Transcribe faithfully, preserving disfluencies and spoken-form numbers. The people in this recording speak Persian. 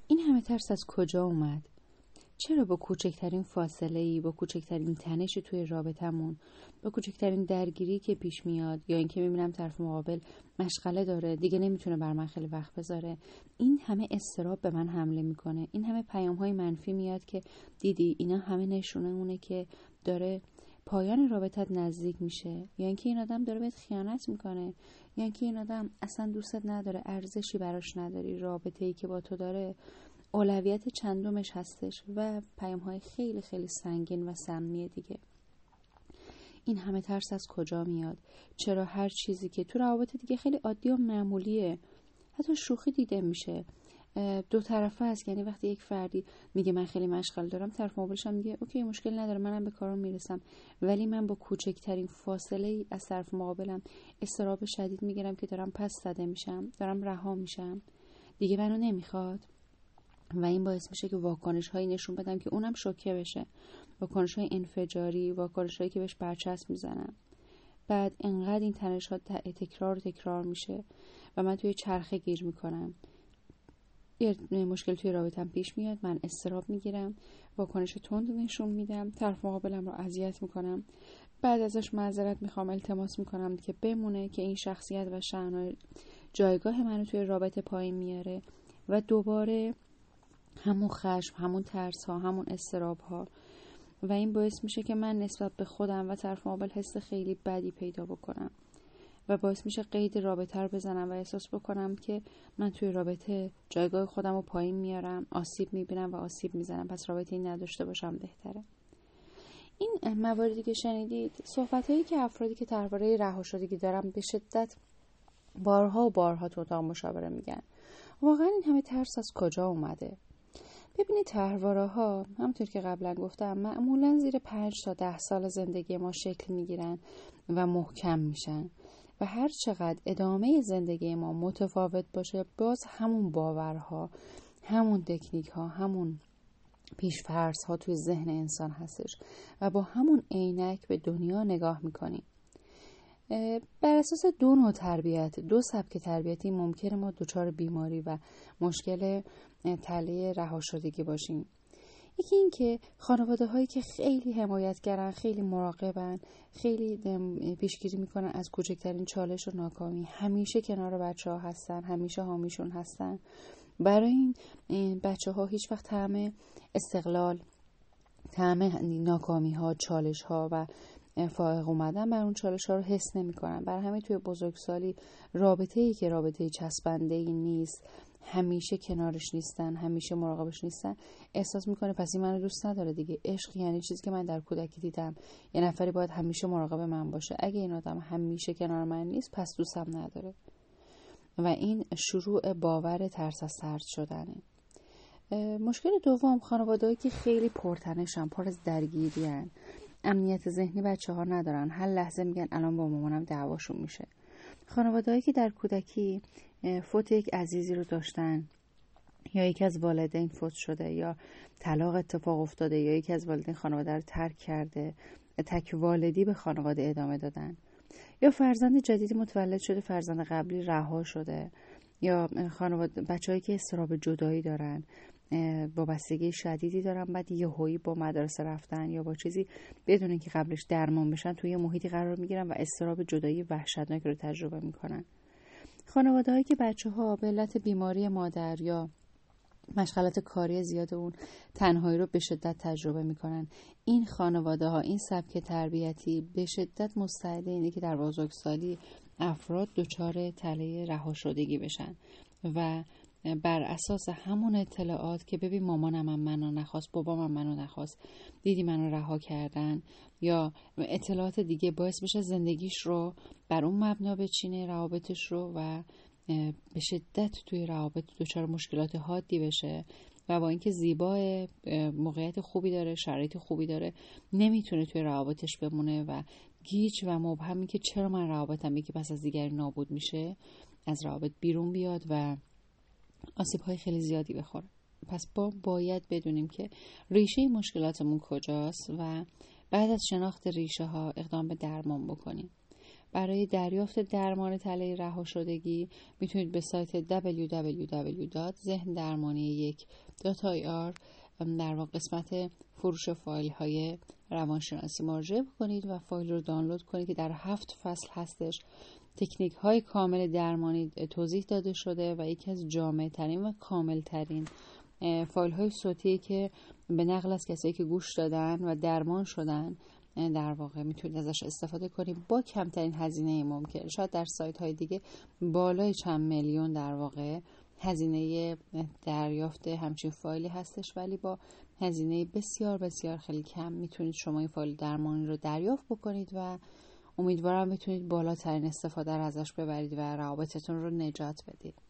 این همه ترس از کجا اومد؟ چرا با کوچکترین فاصله‌ای، با کوچکترین تنشی توی رابطمون، با کوچکترین درگیری که پیش میاد، یا اینکه میبینم طرف مقابل مشغله داره، دیگه نمیتونه بر من خیلی وقت بذاره، این همه اضطراب به من حمله میکنه، این همه پیام‌های منفی میاد که دیدی اینا همه نشونه اونه که داره پایان رابطت نزدیک میشه، یا اینکه این آدم داره بهت خیانت میکنه، یا اینکه این آدم اصلا دوستت نداره، ارزشی براش نداری، رابطه‌ای که با تو داره اولویت چندمش هستش و پیام‌های خیلی خیلی سنگین و سمی دیگه. این همه ترس از کجا میاد؟ چرا هر چیزی که تو روابط دیگه خیلی عادی و معمولیه، حتی شوخی دیده میشه، دو طرفه است. یعنی وقتی یک فردی میگه من خیلی مشغله دارم، طرف مقابلش هم میگه اوکی مشکل نداره، منم به کارم میرسم، ولی من با کوچکترین فاصله ای از طرف مقابلم اضطراب شدید میگیرم که دارم پس زده میشم، دارم رها میشم، دیگه منو نمیخواد. و این باعث میشه که واکنش هایی نشون بدم که اونم شوکه بشه، واکنش های انفجاری، واکنش هایی که بهش برچسب میزنم. بعد انقدر این تنش ها تکرار و تکرار میشه و من توی چرخه گیر میکنم. یه مشکل توی رابطم پیش میاد، من اضطراب میگیرم، واکنش تند نشون میدم، طرف مقابلم رو اذیت میکنم، بعد ازش معذرت میخوام، التماس میکنم که بمونه، که این شخصیت و شأن جایگاه منو توی رابطه پایین میاره و دوباره همون خشم، همون ترس ها، همون اضطراب ها. و این باعث میشه که من نسبت به خودم و طرف مقابل حس خیلی بدی پیدا بکنم و باعث میشه قید رابطه رو بزنم و احساس بکنم که من توی رابطه جایگاه خودم رو پایین میارم، آسیب میبینم و آسیب میزنم، پس رابطه‌ای نداشته باشم بهتره. این مواردی که شنیدید صحبتایی که افرادی که درباره رهاشدگی دارن به شدت بارها و بارها تو اتاق مشاوره میگن. واقعا این همه ترس از کجا اومده؟ ببینید طرحواره ها همونطور که قبلا گفتم معمولا زیر پنج تا ده سال زندگی ما شکل میگیرن و محکم میشن و هر چقدر ادامه زندگی ما متفاوت باشه، باز همون باورها، همون تکنیک ها، همون پیش‌فرض ها توی ذهن انسان هستش و با همون عینک به دنیا نگاه میکنیم. بر اساس دو نوع تربیت، دو سبک تربیتی ممکنه ما دچار بیماری و مشکل تله رهاشدگی باشیم. یکی این که خانواده هایی که خیلی حمایتگرن، خیلی مراقبن، خیلی پیشگیری میکنن از کوچکترین چالش و ناکامی، همیشه کنار بچه ها هستن، همیشه حامیشون هستن. برای این بچه ها هیچ وقت طعم استقلال، طعم ناکامی ها، چالش ها و فائق اومدن بر اون چالش ها رو حس نمی کنن. برای همین توی بزرگسالی رابطه ای که رابطه چسبنده ای نیست، همیشه کنارش نیستن، همیشه مراقبش نیستن، احساس میکنه پس این منو دوست نداره دیگه. عشق یعنی چیزی که من در کودکی دیدم، یه نفری باید همیشه مراقب من باشه، اگه این آدم همیشه کنار من نیست پس دوستم نداره. و این شروع باور ترس از طرد شدنه. مشکل دوم، خانواده‌ای که خیلی پرتنشن، پر از درگیریان، امنیت ذهنی بچه ها ندارن، هر لحظه میگن الان با مامانم دعواشون میشه. خانواده‌ای که در کودکی فوت یک عزیزی رو داشتن، یا یکی از والدین فوت شده، یا طلاق اتفاق افتاده، یا یکی از والدین خانواده رو ترک کرده، تک والدی به خانواده ادامه دادن، یا فرزند جدیدی متولد شده، فرزند قبلی رها شده، یا خانواده بچه‌هایی که اضطراب جدایی دارن، وابستگی شدیدی دارن، بعد یهویی با مدرسه رفتن یا با چیزی بدون اینکه قبلش درمان بشن توی محیطی قرار میگیرن و اضطراب جدایی وحشتناک رو تجربه میکنن. خانواده‌هایی که بچه‌ها به علت بیماری مادر یا مشغلات کاری زیاد اون تنهایی رو به شدت تجربه میکنن. این خانواده ها، این سبک تربیتی به شدت مستعد اینه که در بزرگسالی افراد دچار تله رهاشدگی بشن و بر اساس همون اطلاعات که ببین مامانم هم منو نخواست، بابام هم منو نخواست، دیدی منو رها کردن، یا اطلاعات دیگه، باعث بشه زندگیش رو بر اون مبنا بچینه، روابطش رو، و به شدت توی روابط دچار مشکلات حادی بشه و با اینکه زیبا، موقعیت خوبی داره، شرایط خوبی داره، نمیتونه توی روابطش بمونه و گیج و مبهمی که چرا من روابطم یکی پس از دیگری نابود میشه، از روابط بیرون بیاد و آسیب‌های خیلی زیادی بخوره. پس با باید بدونیم که ریشه مشکلاتمون کجاست و بعد از شناخت ریشه ها اقدام به درمان بکنیم. برای دریافت درمان تله رهاشدگی میتونید به سایت دبلیو دبلیو دبلیو دات ذهن درمانی یک دات آی آر در واقع قسمت فروش فایل های روانشناسی مراجعه بکنید و فایل رو دانلود کنید که در هفت فصل هستش. تکنیک های کامل درمانی توضیح داده شده و یکی از جامع ترین و کامل ترین فایل های صوتی که به نقل از کسایی که گوش دادن و درمان شدن در واقع میتونید ازش استفاده کنید با کمترین هزینه ممکن. شاید در سایت های دیگه بالای چند میلیون در واقع هزینه دریافت همچین فایلی هستش، ولی با هزینه بسیار بسیار خیلی کم میتونید شما این فایل درمانی رو دریافت بکنید و امیدوارم بتونید بالاترین استفاده رو ازش ببرید و روابطتون رو نجات بدید.